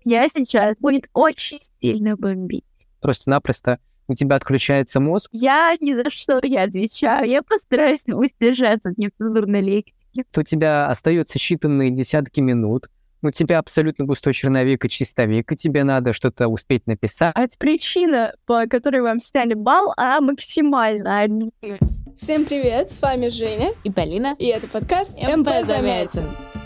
Я сейчас будет очень сильно бомбить. Просто-напросто у тебя отключается мозг. Я ни за что не отвечаю. Я постараюсь воздержаться от нецензурной лексики. То у тебя остается считанные десятки минут. У тебя абсолютно густой черновик и чистовик, и тебе надо что-то успеть написать. Причина, по которой вам сняли балл, максимально обидная. Всем привет, с вами Женя и Полина, и это подкаст МП Замятин.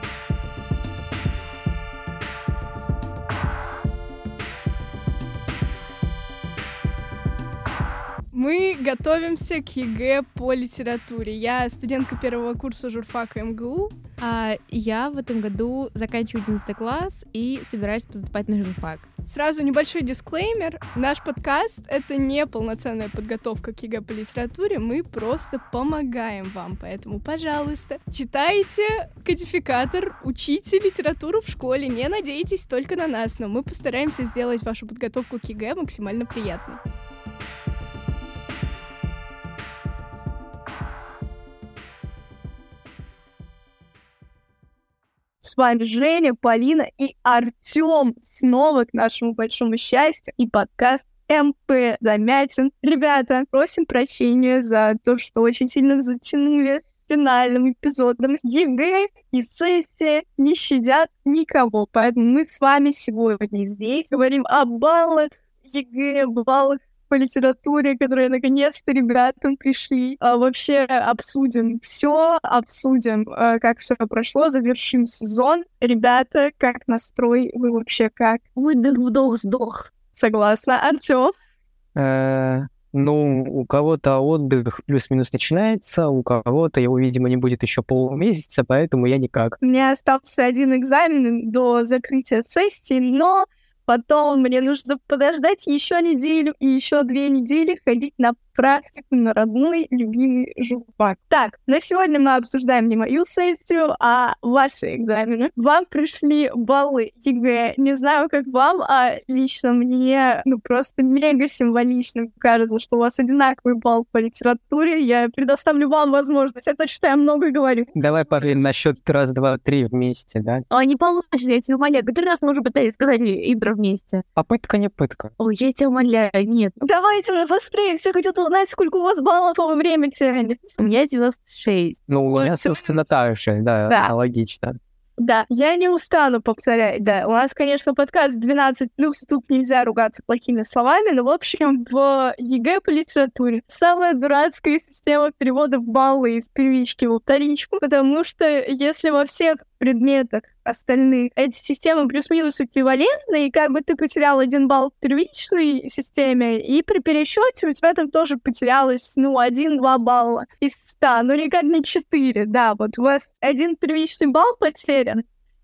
Мы готовимся к ЕГЭ по литературе. Я студентка первого курса журфака МГУ. А я в этом году заканчиваю 11 класс и собираюсь поступать на журфак. Сразу небольшой дисклеймер. Наш подкаст — это не полноценная подготовка к ЕГЭ по литературе. Мы просто помогаем вам. Поэтому, пожалуйста, читайте кодификатор, учите литературу в школе. Не надейтесь только на нас, но мы постараемся сделать вашу подготовку к ЕГЭ максимально приятной. С вами Женя, Полина и Артём. Снова к нашему большому счастью и подкаст МП Замятин. Ребята, просим прощения за то, что очень сильно затянули с финальным эпизодом. ЕГЭ и сессия не щадят никого. Поэтому мы с вами сегодня здесь говорим о баллах ЕГЭ, баллах по литературе, которые наконец-то ребятам пришли. Вообще обсудим все, как все прошло, завершим сезон. Ребята, как настрой? Вы вообще как? Выдох, вдох, сдох. Согласна. Артём? У кого-то отдых плюс-минус начинается, у кого-то его, видимо, не будет еще полмесяца, поэтому я никак. У меня остался один экзамен до закрытия сессии, но потом мне нужно подождать еще неделю и еще 2 недели ходить на практику на родной любимый журфак. Так, на сегодня мы обсуждаем не мою сессию, а ваши экзамены. Вам пришли баллы ЕГЭ. Не знаю, как вам, а лично мне просто мега символично кажется, что у вас одинаковый балл по литературе. Я предоставлю вам возможность. Это что я много говорю. Давай, Павлин, на счет 1, 2, 3 вместе, да? Не получится, я тебя умоляю. Который раз мы уже пытались сказать Идра вместе? Попытка не пытка. Ой, я тебя умоляю, нет. Давайте уже быстрее, все хотят узнать, сколько у вас баллов, а время тянет. У меня 96. У меня, собственно, так же, да, логично. Да, я не устану повторять, да. У нас, конечно, подкаст 12+, тут нельзя ругаться плохими словами, но, в общем, в ЕГЭ по литературе самая дурацкая система перевода в баллы из первички во вторичку, потому что если во всех предметах остальных эти системы плюс-минус эквивалентны, и как бы ты потерял 1 балл в первичной системе, и при пересчете у тебя там тоже потерялось, 1-2 балла из 100, никак не 4, да, вот у вас 1 первичный балл потерян,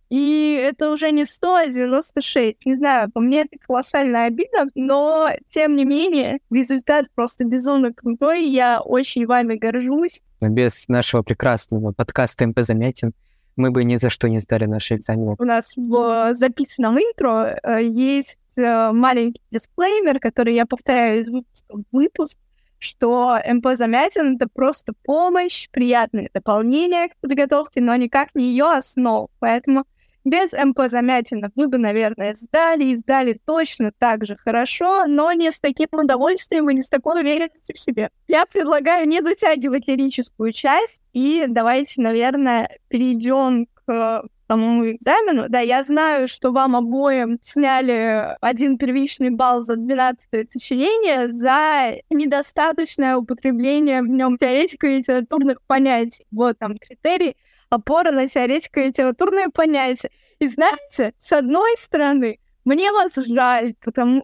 и это уже не 100, а 96. Не знаю, по мне это колоссальная обида, но, тем не менее, результат просто безумно крутой, я очень вами горжусь. Без нашего прекрасного подкаста МП Замятин мы бы ни за что не сдали наши экзамены. У нас в записанном интро есть маленький дисклеймер, который я повторяю из выпуска в выпуск, что МП Замятин — это просто помощь, приятное дополнение к подготовке, но никак не ее основа. Поэтому без МП Замятина вы бы, наверное, сдали точно так же хорошо, но не с таким удовольствием и не с такой уверенностью в себе. Я предлагаю не затягивать лирическую часть, и давайте, наверное, перейдем к самому экзамену. Да, я знаю, что вам обоим сняли 1 первичный балл за 12-е сочинение за недостаточное употребление в нем теоретико-литературных понятий. Вот там критерий. Опора на теоретико-литературные понятия. И знаете, с одной стороны, мне вас жаль,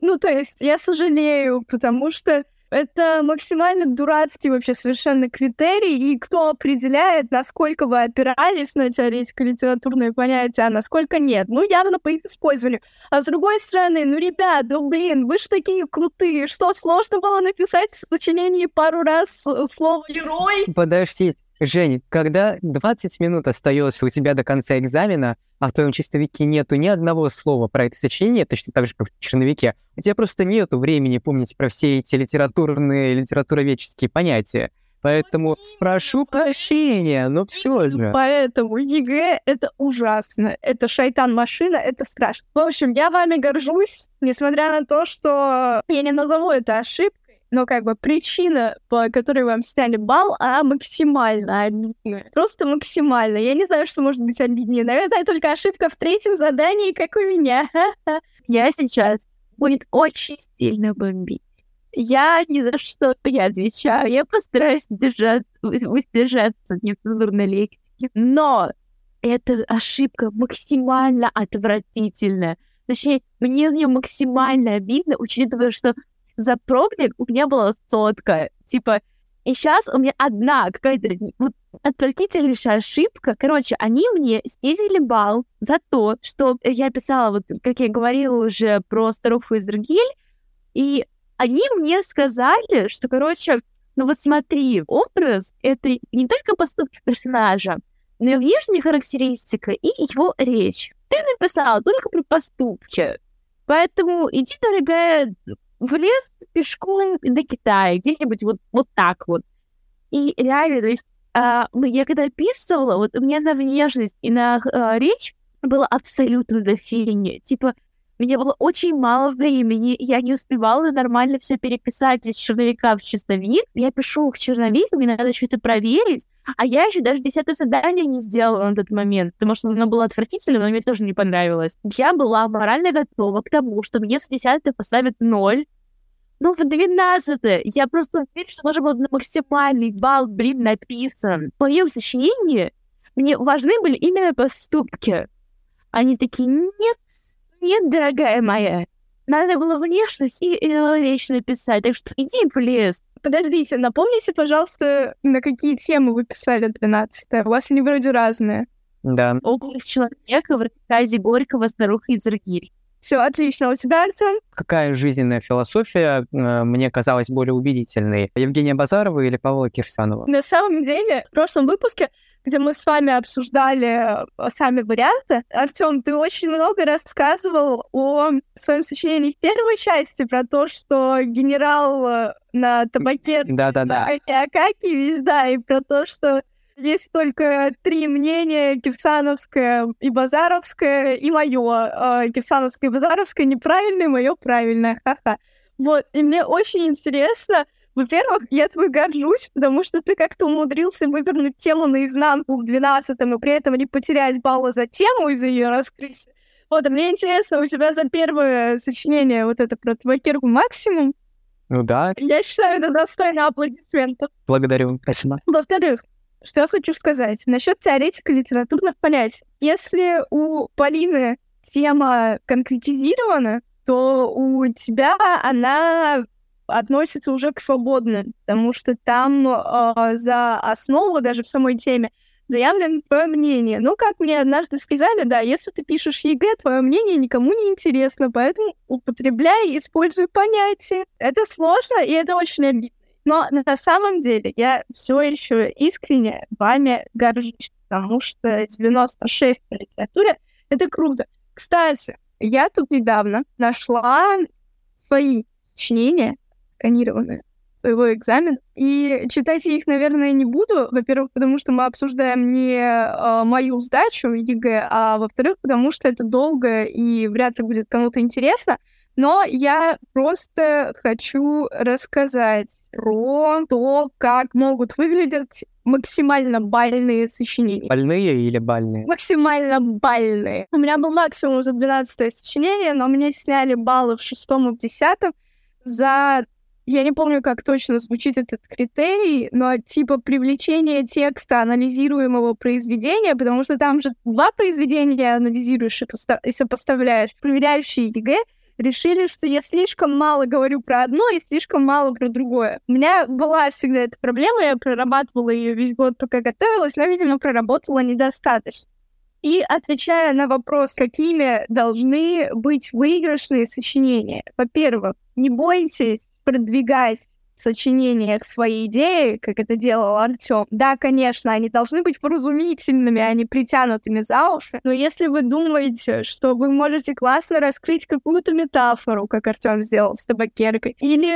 я сожалею, потому что это максимально дурацкий вообще совершенно критерий, и кто определяет, насколько вы опирались на теоретико-литературные понятия, а насколько нет. Явно по их использованию. А с другой стороны, ребят, вы ж такие крутые, что сложно было написать в сочинении пару раз слово «герой»? Подожди. Жень, когда 20 минут остается у тебя до конца экзамена, а в твоем чистовике нету ни одного слова про это сочинение, точно так же, как в черновике, у тебя просто нету времени помнить про все эти литературоведческие понятия. Поэтому прошу прощения, но все же. Поэтому ЕГЭ — это ужасно. Это шайтан-машина, это страшно. В общем, я вами горжусь, несмотря на то, что я не назову это ошибкой, но как бы причина, по которой вам сняли балл, она максимально обидная. Просто максимально. Я не знаю, что может быть обиднее. Наверное, только ошибка в третьем задании, как у меня. Я сейчас будет очень сильно бомбить. Я ни за что не отвечаю. Я постараюсь воздержаться от нецензурной лексики. Но эта ошибка максимально отвратительная. Точнее, мне в нее максимально обидно, учитывая, что за пробник у меня была 100. Типа, и сейчас у меня одна какая-то вот отвратительнейшая ошибка. Короче, они мне снизили балл за то, что я писала, вот как я говорила уже про старуху из Иргиль, и они мне сказали, что, короче, ну вот смотри, образ — это не только поступки персонажа, но и внешняя характеристика и его речь. Ты написала только про поступки. Поэтому иди, дорогая, в лес пешком до Китая, где-нибудь вот так вот. И реально, то есть, я когда описывала, вот у меня на внешность и на речь было абсолютно дофигня. Типа, у меня было очень мало времени, я не успевала нормально все переписать из черновика в чистовик. Я пишу в черновик, мне надо еще это проверить, а я еще даже 10-е задание не сделала на тот момент, потому что оно было отвратительным, но мне тоже не понравилось. Я была морально готова к тому, что мне с 10-й поставят 0, но в 12-е я просто уверена, что должен был на максимальный балл, написан. В моем сочинении мне важны были именно поступки. Они такие: нет, дорогая моя, надо было внешность и речь написать, так что иди в лес. Подождите, напомните, пожалуйста, на какие темы вы писали 12-е? У вас они вроде разные. Да. Облик человека в рассказе Горького «Старуха из Иргиль». Все отлично. У тебя, Артём? Какая жизненная философия мне казалась более убедительной? Евгения Базарова или Павла Кирсанова? На самом деле, в прошлом выпуске, где мы с вами обсуждали сами варианты, Артём, ты очень много рассказывал о своем сочинении в первой части про то, что генерал на табаке Акакевич, да, и про то, что есть только 3 мнения: кирсановское и базаровское, и мое. Кирсановское и базаровское неправильное, мое правильное. Ха-ха. Вот, и мне очень интересно. Во-первых, я тобой горжусь, потому что ты как-то умудрился вывернуть тему наизнанку в 12-м и при этом не потерять баллы за тему из-за ее раскрытия. Вот, а мне интересно, у тебя за первое сочинение вот это про табакерку максимум? Ну да. Я считаю, это достойно аплодисментов. Благодарю. Спасибо. Во-вторых, что я хочу сказать насчет теоретика литературных понятий. Если у Полины тема конкретизирована, то у тебя она относится уже к свободным, потому что там за основу даже в самой теме заявлено твое мнение. Ну, как мне однажды сказали, да, если ты пишешь ЕГЭ, твое мнение никому не интересно, поэтому употребляй и используй понятия. Это сложно, и это очень обидно. Но на самом деле я все еще искренне вами горжусь, потому что 96 по литературе — это круто. Кстати, я тут недавно нашла свои сочинения, сканированные, своего экзамена, и читать я их, наверное, не буду. Во-первых, потому что мы обсуждаем не мою сдачу ЕГЭ, а во-вторых, потому что это долго и вряд ли будет кому-то интересно. Но я просто хочу рассказать про то, как могут выглядеть максимально бальные сочинения. Больные или бальные? Максимально бальные. У меня был максимум за 12-е сочинение, но мне сняли баллы в 6-м и в 10-м за... Я не помню, как точно звучит этот критерий, но типа привлечение текста анализируемого произведения, потому что там же 2 произведения анализируешь и сопоставляешь. Проверяющие ЕГЭ решили, что я слишком мало говорю про одно и слишком мало про другое. У меня была всегда эта проблема, я прорабатывала ее весь год, пока готовилась, но, видимо, проработала недостаточно. И отвечая на вопрос, какими должны быть выигрышные сочинения. Во-первых, не бойтесь продвигать в сочинениях свои идеи, как это делал Артём, да, конечно, они должны быть вразумительными, а не притянутыми за уши. Но если вы думаете, что вы можете классно раскрыть какую-то метафору, как Артём сделал с табакеркой, или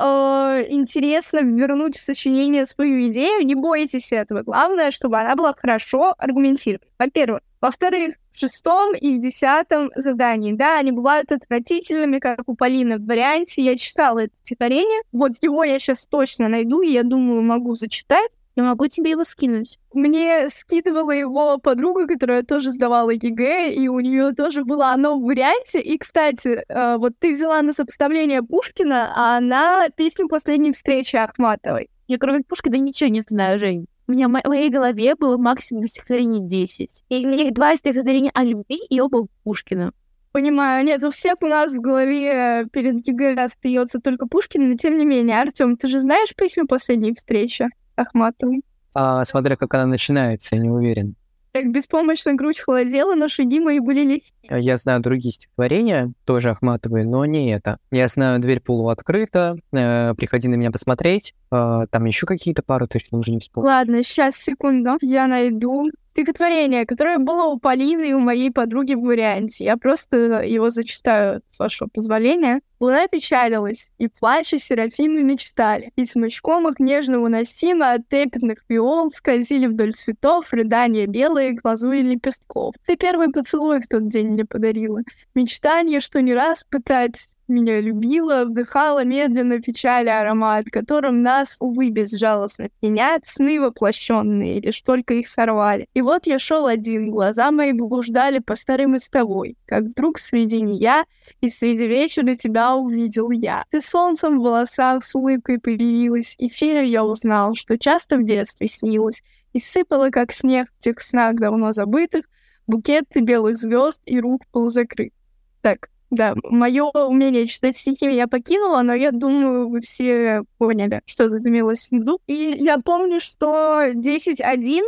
интересно вернуть в сочинение свою идею, не бойтесь этого. Главное, чтобы она была хорошо аргументирована. Во-первых. Во-вторых, в 6 и в 10 задании, да, они бывают отвратительными, как у Полины в варианте. Я читала это стихотворение. Вот его я сейчас точно найду, и я думаю, могу зачитать. Я могу тебе его скинуть. Мне скидывала его подруга, которая тоже сдавала ЕГЭ, и у нее тоже было оно в варианте. И, кстати, вот ты взяла на сопоставление Пушкина, а она песню «Последней встречи» Ахматовой. Я кроме Пушкина ничего не знаю, Жень. У меня в моей голове было максимум стихотворений 10. Из них 2 стихотворения о любви и оба Пушкина. Понимаю, нет, у всех у нас в голове перед ЕГЭ остается только Пушкин, но тем не менее. Артём, ты же знаешь песню «Последней встречи» Ахматовой? Смотря как она начинается, я не уверен. Как беспомощно грудь холодела, но шаги мои были легкие. Я знаю другие стихотворения, тоже Ахматовые, но не это. Я знаю «Дверь полуоткрыта», «Приходи на меня посмотреть», там еще какие-то пару, точно уже не вспомню. Ладно, сейчас, секунду, я найду стихотворение, которое было у Полины и у моей подруги в варианте. Я просто его зачитаю, с вашего позволения. Луна печалилась, и плача Серафимы мечтали. И смычком их нежно уносимо от трепетных виол скользили вдоль цветов рыдания белые глазури лепестков. Ты первый поцелуй в тот день мне подарила. Мечтание, что не раз пытать меня любила, вдыхала медленно печали аромат, которым нас, увы, безжалостно пьянят сны воплощенные, лишь только их сорвали. И вот я шел один, глаза мои блуждали по старой мостовой, как вдруг среди нея и среди вечера тебя увидел я. Ты солнцем в волосах с улыбкой появилась, и фею я узнал, что часто в детстве снилась, и сыпала, как снег в тех снах давно забытых, букеты белых звезд и рук полузакрыт. Так, да, мое умение читать стихи меня покинуло, но я думаю, вы все поняли, что тут имелось в виду. И я помню, что 10.1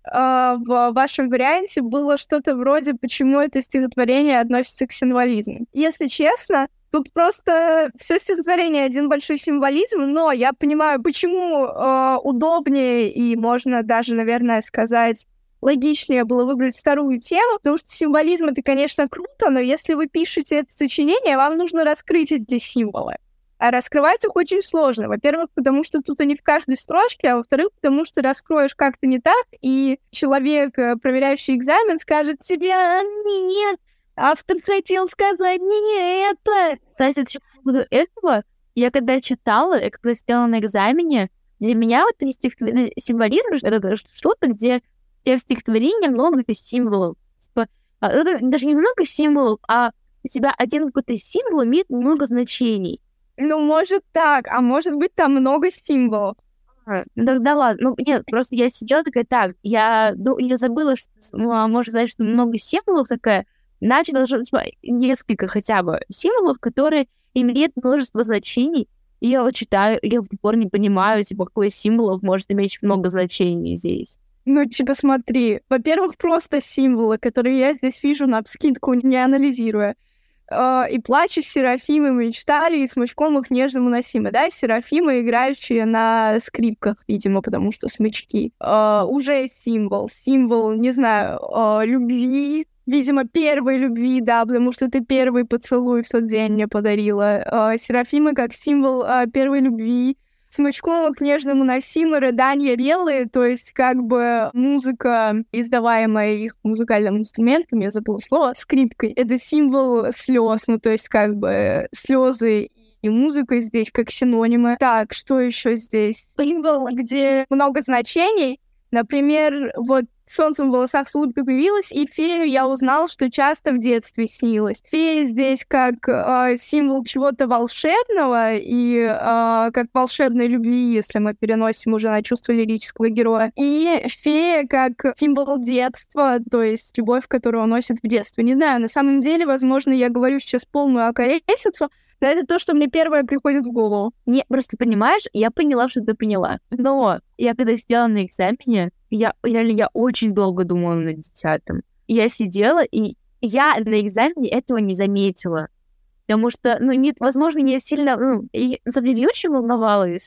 в вашем варианте было что-то вроде «Почему это стихотворение относится к символизму?». Если честно, тут просто все стихотворение один большой символизм, но я понимаю, почему удобнее и можно даже, наверное, сказать, логичнее было выбрать вторую тему, потому что символизм — это, конечно, круто, но если вы пишете это сочинение, вам нужно раскрыть эти символы. А раскрывать их очень сложно. Во-первых, потому что тут они в каждой строчке, а во-вторых, потому что раскроешь как-то не так, и человек, проверяющий экзамен, скажет тебе «нет». Автор хотел сказать не это. Кстати, по поводу этого, я когда читала, я когда сделала на экзамене, для меня вот символизм — это что-то, где в стихотворении много символов. Типа, даже не много символов, а у тебя один какой-то символ имеет много значений. Ну, может так, а может быть там много символов. Да ладно, нет, просто я сидела такая, так, я забыла, что, может сказать, что много символов такая, значит, должно быть несколько хотя бы символов, которые имеют множество значений, и я вот читаю, я в упор не понимаю, типа, какой символов может иметь много значений здесь. Ну, типа, смотри, во-первых, просто символы, которые я здесь вижу навскидку, не анализируя. И плача Серафимы мечтали, и смычком их нежно уносимы. Да, Серафимы, играющие на скрипках, видимо, потому что смычки. Уже символ, не знаю, любви, видимо, первой любви, да, потому что ты первый поцелуй в тот день мне подарила. Серафимы как символ первой любви. Смычком к нежному носимы рыдания белые, то есть как бы музыка, издаваемая их музыкальным инструментом, я забыла слово, скрипкой, это символ слез, ну то есть как бы слезы и музыка здесь как синонимы. Так, что еще здесь? Символ, где много значений, например, вот солнцем в волосах с улыбкой появилась, и фею я узнал, что часто в детстве снилась. Фея здесь как символ чего-то волшебного и как волшебной любви, если мы переносим уже на чувство лирического героя. И фея как символ детства, то есть любовь, которую он носит в детстве. Не знаю, на самом деле, возможно, я говорю сейчас полную околесицу, но это то, что мне первое приходит в голову. Не, просто понимаешь, я поняла, что ты поняла. Но я когда сидела на экзамене, я очень долго думала на 10-м. Я сидела, и я на экзамене этого не заметила. Потому что, нет, возможно, я сильно, и на самом деле не очень волновалась,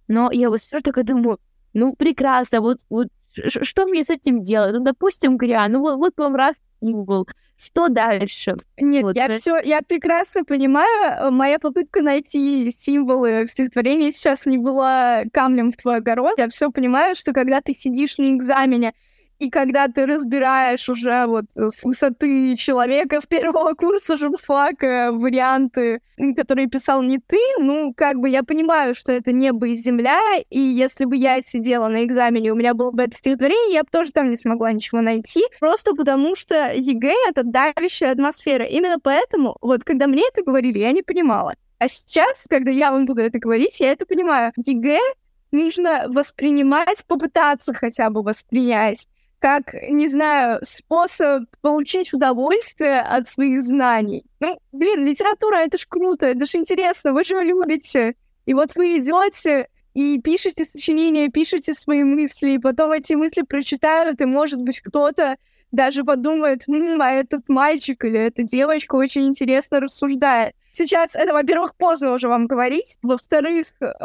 Но я вот все такая думаю, ну, прекрасно, вот что мне с этим делать? Ну, допустим, говоря, ну, вот вам раз символ, что дальше? Нет, Вот, я прекрасно понимаю. Моя попытка найти символы в стихотворении сейчас не была камнем в твой огород. Я все понимаю, что когда ты сидишь на экзамене, и когда ты разбираешь уже вот с высоты человека с первого курса журфака варианты, которые писал не ты, ну, как бы я понимаю, что это небо и земля, и если бы я сидела на экзамене, у меня было бы это стихотворение, я бы тоже там не смогла ничего найти, просто потому что ЕГЭ — это давящая атмосфера. Именно поэтому, вот, когда мне это говорили, я не понимала. А сейчас, когда я вам буду это говорить, я это понимаю. ЕГЭ нужно воспринимать, попытаться хотя бы воспринять как, не знаю, способ получить удовольствие от своих знаний. Ну, блин, литература — это ж круто, это ж интересно, вы же ее любите. И вот вы идете и пишете сочинения, пишете свои мысли, и потом эти мысли прочитают, и, может быть, кто-то даже подумает, а этот мальчик или эта девочка очень интересно рассуждает. Сейчас это, во-первых, поздно уже вам говорить, во-вторых,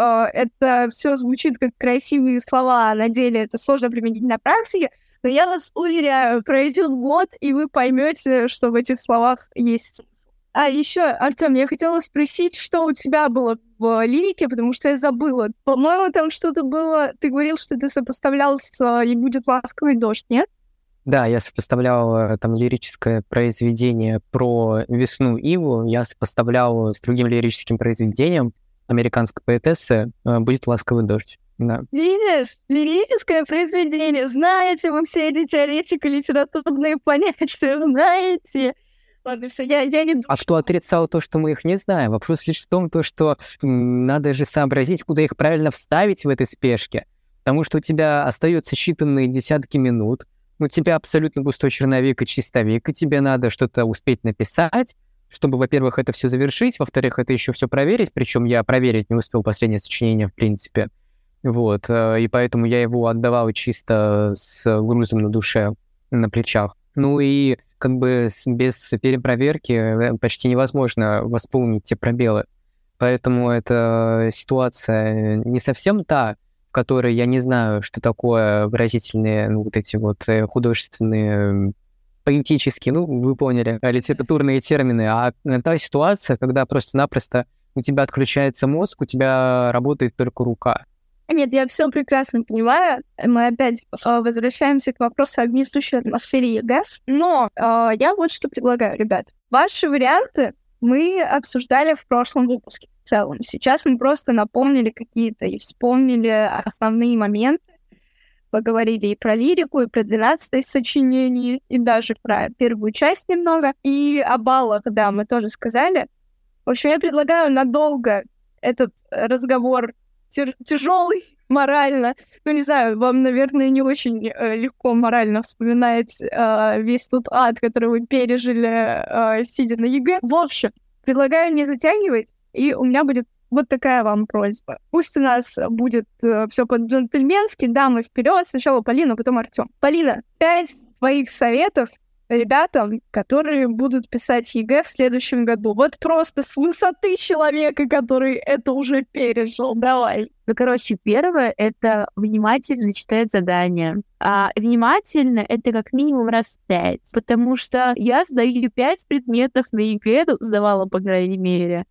это все звучит как красивые слова, а на деле это сложно применить на практике. Но я вас уверяю, пройдет год, и вы поймете, что в этих словах есть смысл. А еще, Артем, я хотела спросить, что у тебя было в лирике, потому что я забыла. По-моему, там что-то было... Ты говорил, что ты сопоставлял с «И будет ласковый дождь», нет? Да, я сопоставлял там лирическое произведение про весну Иву, я сопоставлял с другим лирическим произведением американской поэтессы «Будет ласковый дождь». Да. Видишь, лирическое произведение, знаете вы все эти теоретико-литературные понятия, знаете. Ладно, все, я не думаю. А что отрицало то, что мы их не знаем? Вопрос лишь в том, что надо же сообразить, куда их правильно вставить в этой спешке, потому что у тебя остается считанные десятки минут, у тебя абсолютно пустой черновик и чистовик, и тебе надо что-то успеть написать, чтобы, во-первых, это все завершить, во-вторых, это еще все проверить, причем я проверить не успел последнее сочинение, в принципе. Вот, и поэтому я его отдавал чисто с грузом на душе, на плечах. Ну и как бы без перепроверки почти невозможно восполнить те пробелы. Поэтому эта ситуация не совсем та, в которой я не знаю, что такое выразительные, ну, вот эти вот художественные, поэтические, ну, вы поняли, литературные термины, а та ситуация, когда просто-напросто у тебя отключается мозг, у тебя работает только рука. Нет, я все прекрасно понимаю. Мы опять возвращаемся к вопросу о гнетущей атмосфере ЕГЭ. Но я вот что предлагаю, ребят. Ваши варианты мы обсуждали в прошлом выпуске в целом. Сейчас мы просто напомнили какие-то и вспомнили основные моменты. Поговорили и про лирику, и про 12-е сочинение, и даже про первую часть немного. И о баллах, да, мы тоже сказали. В общем, я предлагаю надолго этот разговор тяжелый морально. Ну, не знаю, вам, наверное, не очень легко морально вспоминать весь тот ад, который вы пережили, сидя на ЕГЭ. В общем, предлагаю не затягивать, и у меня будет вот такая вам просьба. Пусть у нас будет все по-джентльменски, дамы вперед. Сначала Полина, потом Артем. Полина, 5 твоих советов ребятам, которые будут писать ЕГЭ в следующем году. Вот просто с высоты человека, который это уже пережил. Давай. Ну, короче, первое — это внимательно читать задания. А внимательно — это как минимум раз 5, потому что я сдаю 5 предметов на ЕГЭ, сдавала, по крайней мере.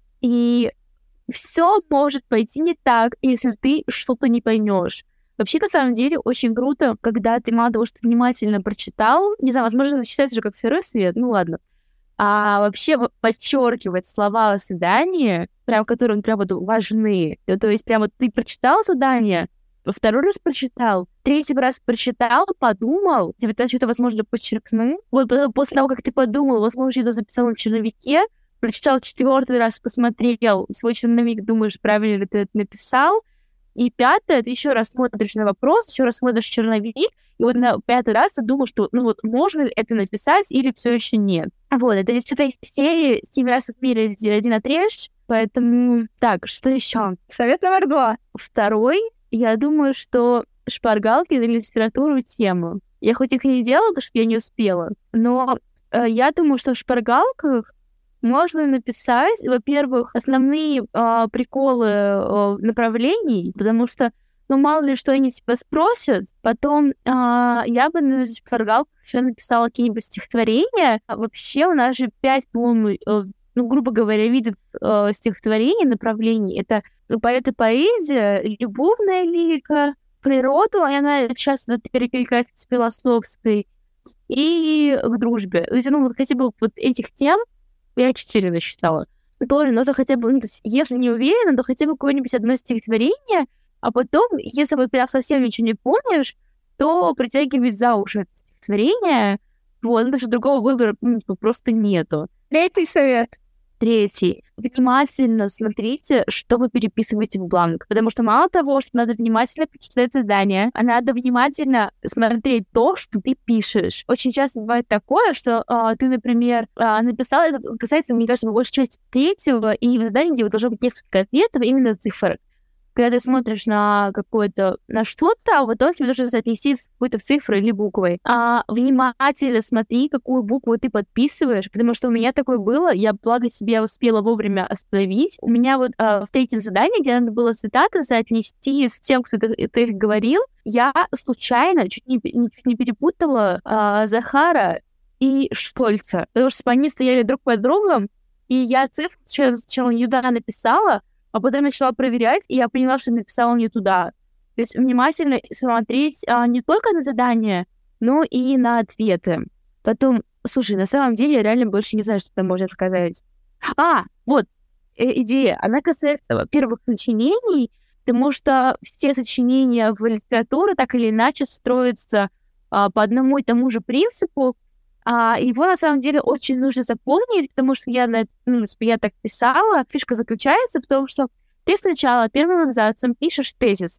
И все может пойти не так, если ты что-то не поймешь. Вообще, на самом деле, очень круто, когда ты мало того, что внимательно прочитал, не знаю, возможно, это считается уже как сырой свет, ну ладно, а вообще подчеркивать слова задания, прям, которые прям вот важны. То есть прям вот ты прочитал задание, второй раз прочитал, третий раз прочитал, подумал, тебе там что-то, возможно, подчеркнул. Вот после того, как ты подумал, возможно, что-то записал на черновике, прочитал 4-й раз, посмотрел свой черновик, думаешь, правильно ли ты это написал. И 5-е, ты еще раз смотришь на вопрос, еще раз смотришь черновик, и вот на 5-й раз ты думаешь, что, ну вот, можно ли это написать или все еще нет. Вот, это из этой серии 7 раз в мире один отрежь, поэтому... Так, что еще? Совет номер 2. Второй, я думаю, что шпаргалки на литературу тему. Я хоть их и не делала, потому что я не успела, но я думаю, что в шпаргалках можно написать, во-первых, основные приколы направлений, потому что, ну, мало ли, что они тебя спросят. Потом я бы на шпаргалках еще написала какие-нибудь стихотворения. Вообще у нас же 5, по-моему, ну, грубо говоря, видов стихотворений, направлений. Это поэт и поэзия, любовная лирика, природу, она часто перекликается с философской, и к дружбе. То есть, ну, вот хотя бы вот этих тем я 4 насчитала. Тоже нужно хотя бы, ну, то есть, если не уверена, то хотя бы какое-нибудь одно стихотворение, а потом, если вот прям совсем ничего не помнишь, то притягивать за уши это стихотворение, вот, потому что другого выбора просто нету. 3-й совет. 3. Внимательно смотрите, что вы переписываете в бланк. Потому что мало того, что надо внимательно почитать задание, а надо внимательно смотреть то, что ты пишешь. Очень часто бывает такое, что ты, например, написал, это касается, мне кажется, большей части 3-го, и в задании, где должно быть несколько ответов, именно цифр. Когда ты смотришь на какое-то, на что-то, а потом тебе нужно соотнести с какой-то цифрой или буквой. Внимательно смотри, какую букву ты подписываешь, потому что у меня такое было, я, благо себе, успела вовремя остановить. У меня вот в 3-м задании, где надо было цитаты соотнести с тем, кто их говорил, я случайно чуть не перепутала Захара и Штольца, потому что они стояли друг под другом, и я цифру сначала не туда написала, а потом начала проверять, и я поняла, что написала не туда. То есть внимательно смотреть не только на задания, но и на ответы. Потом, слушай, на самом деле я реально больше не знаю, что там можно сказать. Вот, идея. Она касается, во-первых, сочинений, потому что все сочинения в литературе так или иначе строятся по одному и тому же принципу. Его, на самом деле, очень нужно запомнить, потому что я так писала. Фишка заключается в том, что ты сначала первым абзацем пишешь тезис,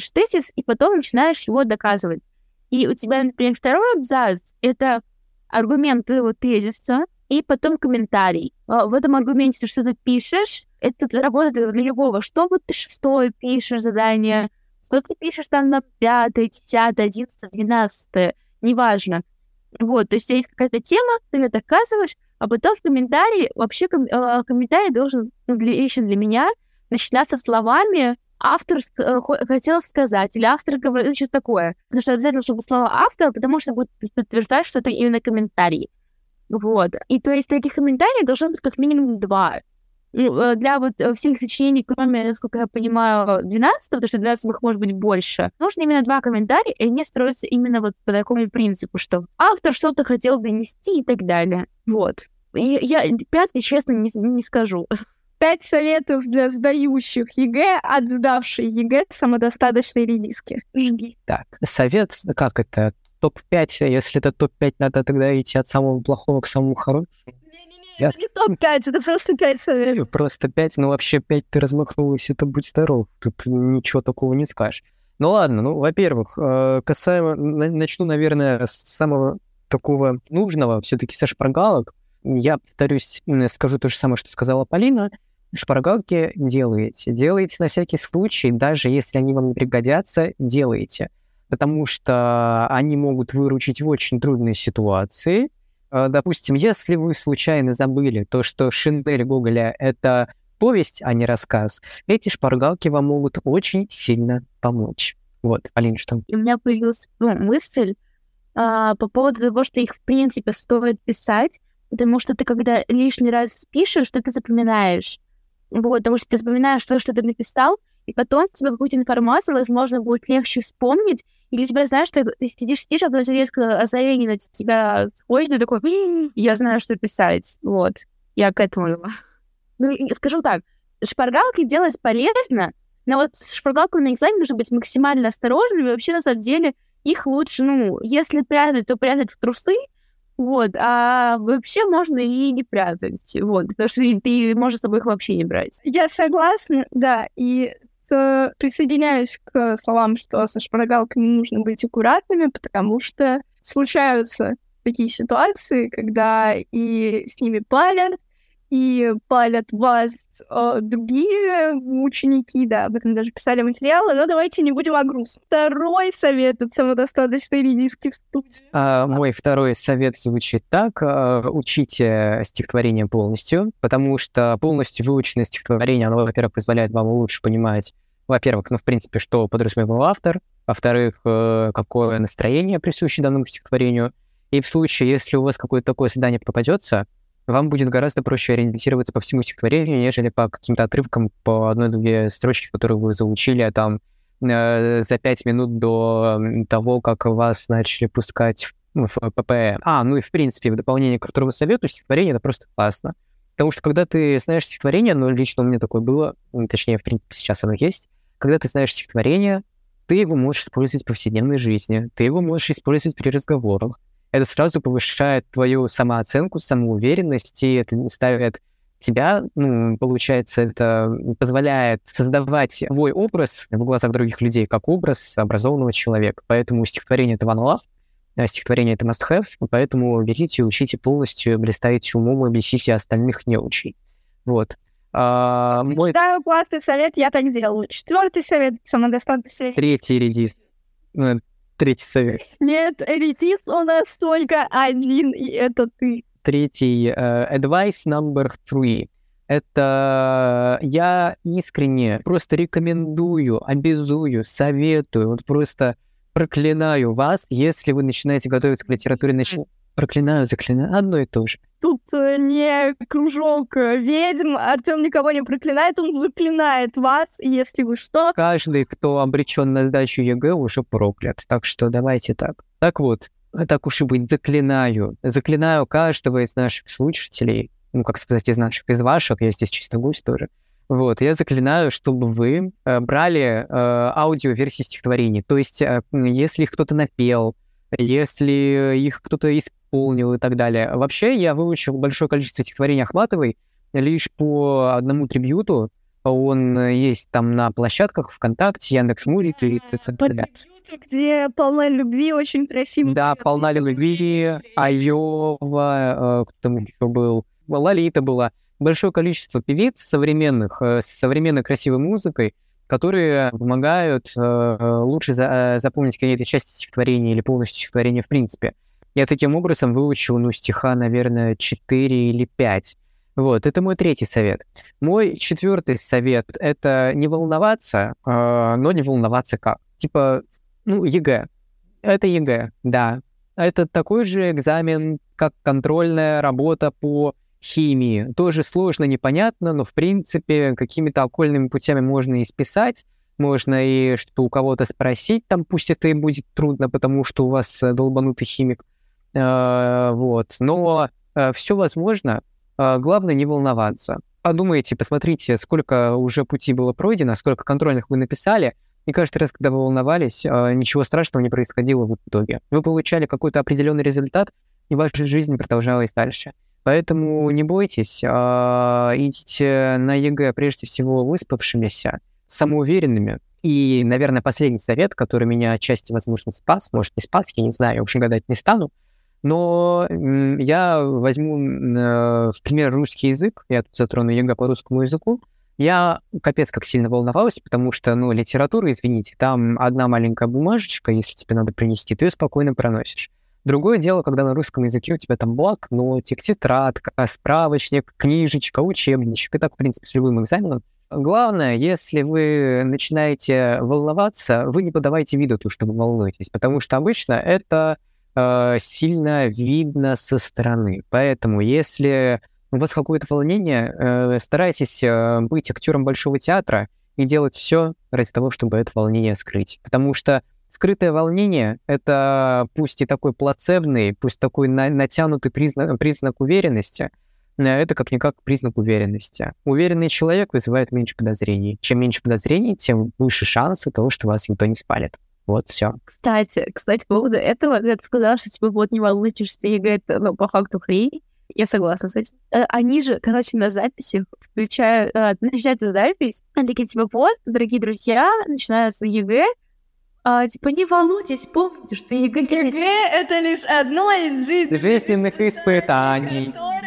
и потом начинаешь его доказывать. И у тебя, например, второй абзац — это аргумент твоего тезиса, и потом комментарий. В этом аргументе ты что-то пишешь, это работает для любого. Что вот ты 6-е пишешь задание, что ты пишешь там на 5-е, 10-е, 11-е, 12-е, неважно. Вот, то есть есть какая-то тема, ты это доказываешь, а потом в комментарии, вообще комментарий должен, лично для меня, начинаться словами «автор хотел сказать», или «автор говорит», что-то такое. Потому что обязательно, чтобы слова «автор», потому что будет подтверждать, что это именно комментарий. Вот. И то есть таких комментариев должно быть как минимум 2. Для вот всех сочинений, кроме, насколько я понимаю, 12, потому что 12 их может быть больше, нужно именно 2 комментария, и они строятся именно вот по такому принципу, что автор что-то хотел донести и так далее. Вот. И я 5-й, честно, не скажу. 5 советов для сдающих ЕГЭ от сдавшей ЕГЭ самодостаточной редиски. Жги. Так, совет, как это? Топ-5, если это топ-5, надо тогда идти от самого плохого к самому хорошему. Это не топ-5, это просто 5 советов. Просто 5, но вообще 5 ты размахнулась, это будь здоров. Тут ничего такого не скажешь. Ну ладно, во-первых, касаемо... Начну, наверное, с самого такого нужного, все-таки со шпаргалок. Я повторюсь, скажу то же самое, что сказала Полина. Шпаргалки делаете. Делаете на всякий случай, даже если они вам не пригодятся, делаете. Потому что они могут выручить в очень трудной ситуации. Допустим, если вы случайно забыли то, что Шинель Гоголя — это повесть, а не рассказ, эти шпаргалки вам могут очень сильно помочь. Вот, Алин, что? И у меня появилась мысль по поводу того, что их, в принципе, стоит писать, потому что ты, когда лишний раз пишешь, ты запоминаешь. Вот, потому что ты запоминаешь то, что ты написал, и потом тебе какую-то информацию, возможно, будет легче вспомнить, или тебя, знаешь, ты сидишь, а потом резко озарение на тебя сходит, и такой, я знаю, что писать. Вот, я к этому вела. Ну, скажу так, шпаргалки делать полезно, но вот с шпаргалкой на экзамене нужно быть максимально осторожным, и вообще, на самом деле, их лучше, если прятать, то прятать в трусы, вот, а вообще можно и не прятать, вот, потому что ты можешь с собой их вообще не брать. Я согласна, да, и присоединяюсь к словам, что со шпаргалками нужно быть аккуратными, потому что случаются такие ситуации, когда и с ними палят, и палят вас другие ученики, да, об этом даже писали материалы, но давайте не будем о грустном. Второй совет от самодостаточной редиски в студии. Мой второй совет звучит так. Учите стихотворение полностью, потому что полностью выученное стихотворение, оно, во-первых, позволяет вам лучше понимать, во-первых, в принципе, что подразумевал автор, во-вторых, какое настроение присуще данному стихотворению, и в случае, если у вас какое-то такое задание попадется, вам будет гораздо проще ориентироваться по всему стихотворению, нежели по каким-то отрывкам, по одной-две строчки, которые вы заучили, за 5 минут до того, как вас начали пускать в ППЭ. И в принципе, в дополнение к второму совету, стихотворение — это просто классно. Потому что когда ты знаешь стихотворение, лично у меня такое было, точнее, в принципе, сейчас оно есть, когда ты знаешь стихотворение, ты его можешь использовать в повседневной жизни, ты его можешь использовать при разговорах. Это сразу повышает твою самооценку, самоуверенность, и это ставит тебя, получается, это позволяет создавать твой образ в глазах других людей как образ образованного человека. Поэтому стихотворение — это one love, стихотворение — это must have, поэтому берите, учите полностью, блистайте умом и бесите остальных неучей. Вот. Считаю, классный совет, я так делаю. 4-й совет самодостаточный. 3-й редис. 3-й совет. Нет, редис у нас только один, и это ты. 3-й, advice number 3. Это я искренне просто рекомендую, обязую, советую, просто проклинаю вас, если вы начинаете готовиться к литературе, проклинаю, заклинаю, одно и то же. Тут не кружок ведьм, Артём никого не проклинает, он заклинает вас, если вы что. Каждый, кто обречен на сдачу ЕГЭ, уже проклят, так что давайте так. Так вот, так уж и быть, заклинаю каждого из наших слушателей, как сказать, из ваших, я здесь чисто гость тоже. Вот, я заклинаю, чтобы вы брали аудиоверсии стихотворений, то есть если их кто-то напел, если их кто-то исполнил и так далее. Вообще, я выучил большое количество стихотворений Ахматовой лишь по одному трибьюту. Он есть там на площадках ВКонтакте, Яндекс.Музыке. Где полна любви, очень красиво. Да, полна любви, Айова, кто там еще был, Лолита была. Большое количество певиц современных, с современной красивой музыкой, которые помогают лучше запомнить какие-то части стихотворения или полностью стихотворения в принципе. Я таким образом выучил, стиха, наверное, 4 или 5. Вот, это мой 3-й совет. Мой 4-й совет — это не волноваться, но не волноваться как? ЕГЭ. Это ЕГЭ, да. Это такой же экзамен, как контрольная работа по химии. Тоже сложно, непонятно, но, в принципе, какими-то окольными путями можно и списать, можно и что-то у кого-то спросить, там пусть это и будет трудно, потому что у вас долбанутый химик. Вот. Но все возможно. Главное не волноваться. Подумайте, посмотрите, сколько уже пути было пройдено, сколько контрольных вы написали, и каждый раз, когда вы волновались, ничего страшного не происходило в итоге. Вы получали какой-то определенный результат, и ваша жизнь продолжалась дальше. Поэтому не бойтесь, идите на ЕГЭ прежде всего выспавшимися, самоуверенными. И, наверное, последний совет, который меня отчасти, возможно, спас, может, не спас, я не знаю, я уж гадать не стану, но я возьму в пример русский язык, я тут затрону ЕГЭ по русскому языку. Я капец как сильно волновался, потому что, литература, извините, там одна маленькая бумажечка, если тебе надо принести, ты ее спокойно проносишь. Другое дело, когда на русском языке у тебя там блокнотик, тетрадка, справочник, книжечка, учебничек, и так, в принципе, с любым экзаменом. Главное, если вы начинаете волноваться, вы не подавайте виду, что вы волнуетесь, потому что обычно это сильно видно со стороны. Поэтому, если у вас какое-то волнение, старайтесь быть актером Большого театра и делать все ради того, чтобы это волнение скрыть. Потому что скрытое волнение — это пусть и такой плацебный, пусть такой натянутый признак уверенности, это как-никак признак уверенности. Уверенный человек вызывает меньше подозрений. Чем меньше подозрений, тем выше шансы того, что вас никто не спалит. Вот, все. Кстати, по поводу этого, ты сказала, что не волнуйтесь, что ЕГЭ это, по факту хрень. Я согласна с этим. Они же, на записи включают, начинается запись, они такие, дорогие друзья, начинается ЕГЭ, не волнуйтесь, помните, что ЕГЭ... ЕГЭ — это лишь одно из жизненных испытаний, которые вам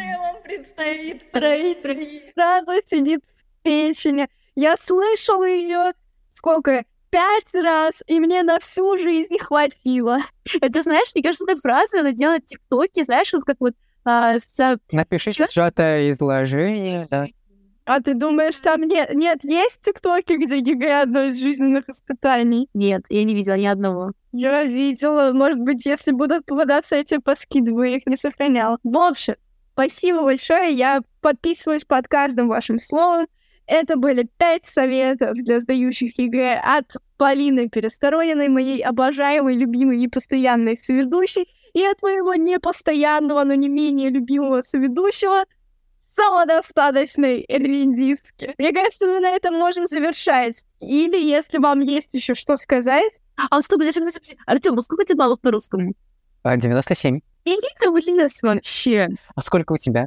предстоит пройти. Сразу сидит в печени. Я слышала ее сколько? 5 раз, и мне на всю жизнь хватило. Это, знаешь, мне кажется, эта фраза, она делает тиктоки, знаешь, вот как вот... Напишите сжатое изложение, да. А ты думаешь, там нет, есть тиктоки, где ЕГЭ одно из жизненных испытаний? Нет, я не видела ни одного. Я видела. Может быть, если будут попадаться, я тебе поскидываю, я их не сохраняла. В общем, спасибо большое. Я подписываюсь под каждым вашим словом. Это были 5 советов для сдающих ЕГЭ от Полины Пересторониной, моей обожаемой, любимой и постоянной соведущей, и от моего непостоянного, но не менее любимого соведущего, самодостаточной редиски. Мне кажется, мы на этом можем завершать. Или, если вам есть еще что сказать... Стоп, Артём, сколько тебе баллов по русскому? 97. Иди ты в лес вообще. А сколько у тебя?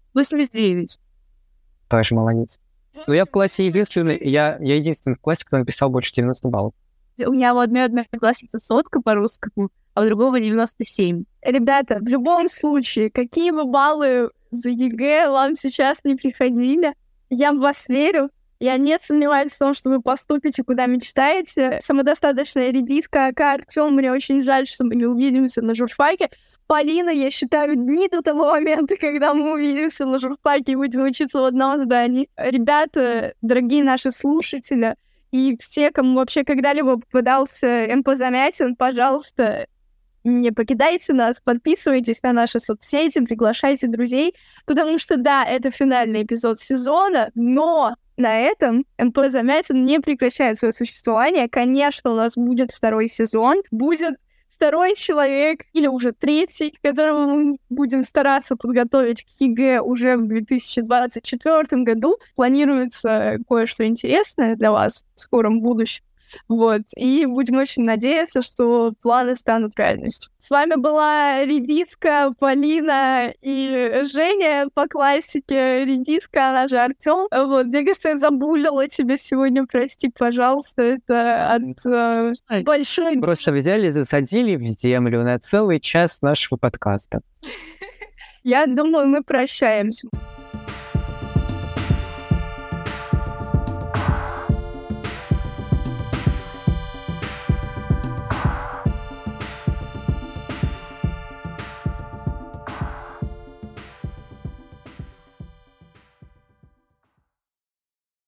89. Тоже молодец. Ну, я в классе единственный, я единственный в классе, кто написал больше 90 баллов. У меня у одной одноклассницы 100 по русскому, а у другого 97. Ребята, в любом случае, какие бы баллы за ЕГЭ вам сейчас не приходили, я в вас верю. Я не сомневаюсь в том, что вы поступите, куда мечтаете. Самодостаточная редиска, Артём, мне очень жаль, что мы не увидимся на журфаке. Полина, я считаю, дни до того момента, когда мы увидимся на журфаке и будем учиться в одном здании. Ребята, дорогие наши слушатели, и все, кому вообще когда-либо попадался МП Замятин, пожалуйста, не покидайте нас, подписывайтесь на наши соцсети, приглашайте друзей, потому что, да, это финальный эпизод сезона, но на этом МП Замятин не прекращает свое существование. Конечно, у нас будет второй сезон, будет второй человек, или уже третий, которого мы будем стараться подготовить к ЕГЭ уже в 2024 году. Планируется кое-что интересное для вас в скором будущем. Вот. И будем очень надеяться, что планы станут реальностью. С вами была Редиска, Полина и Женя по классике. Редиска, она же Артём. Вот. Мне кажется, я забулила тебя сегодня, прости, пожалуйста. Это от большой... Просто взяли, засадили в землю на целый час нашего подкаста. Я думаю, мы прощаемся.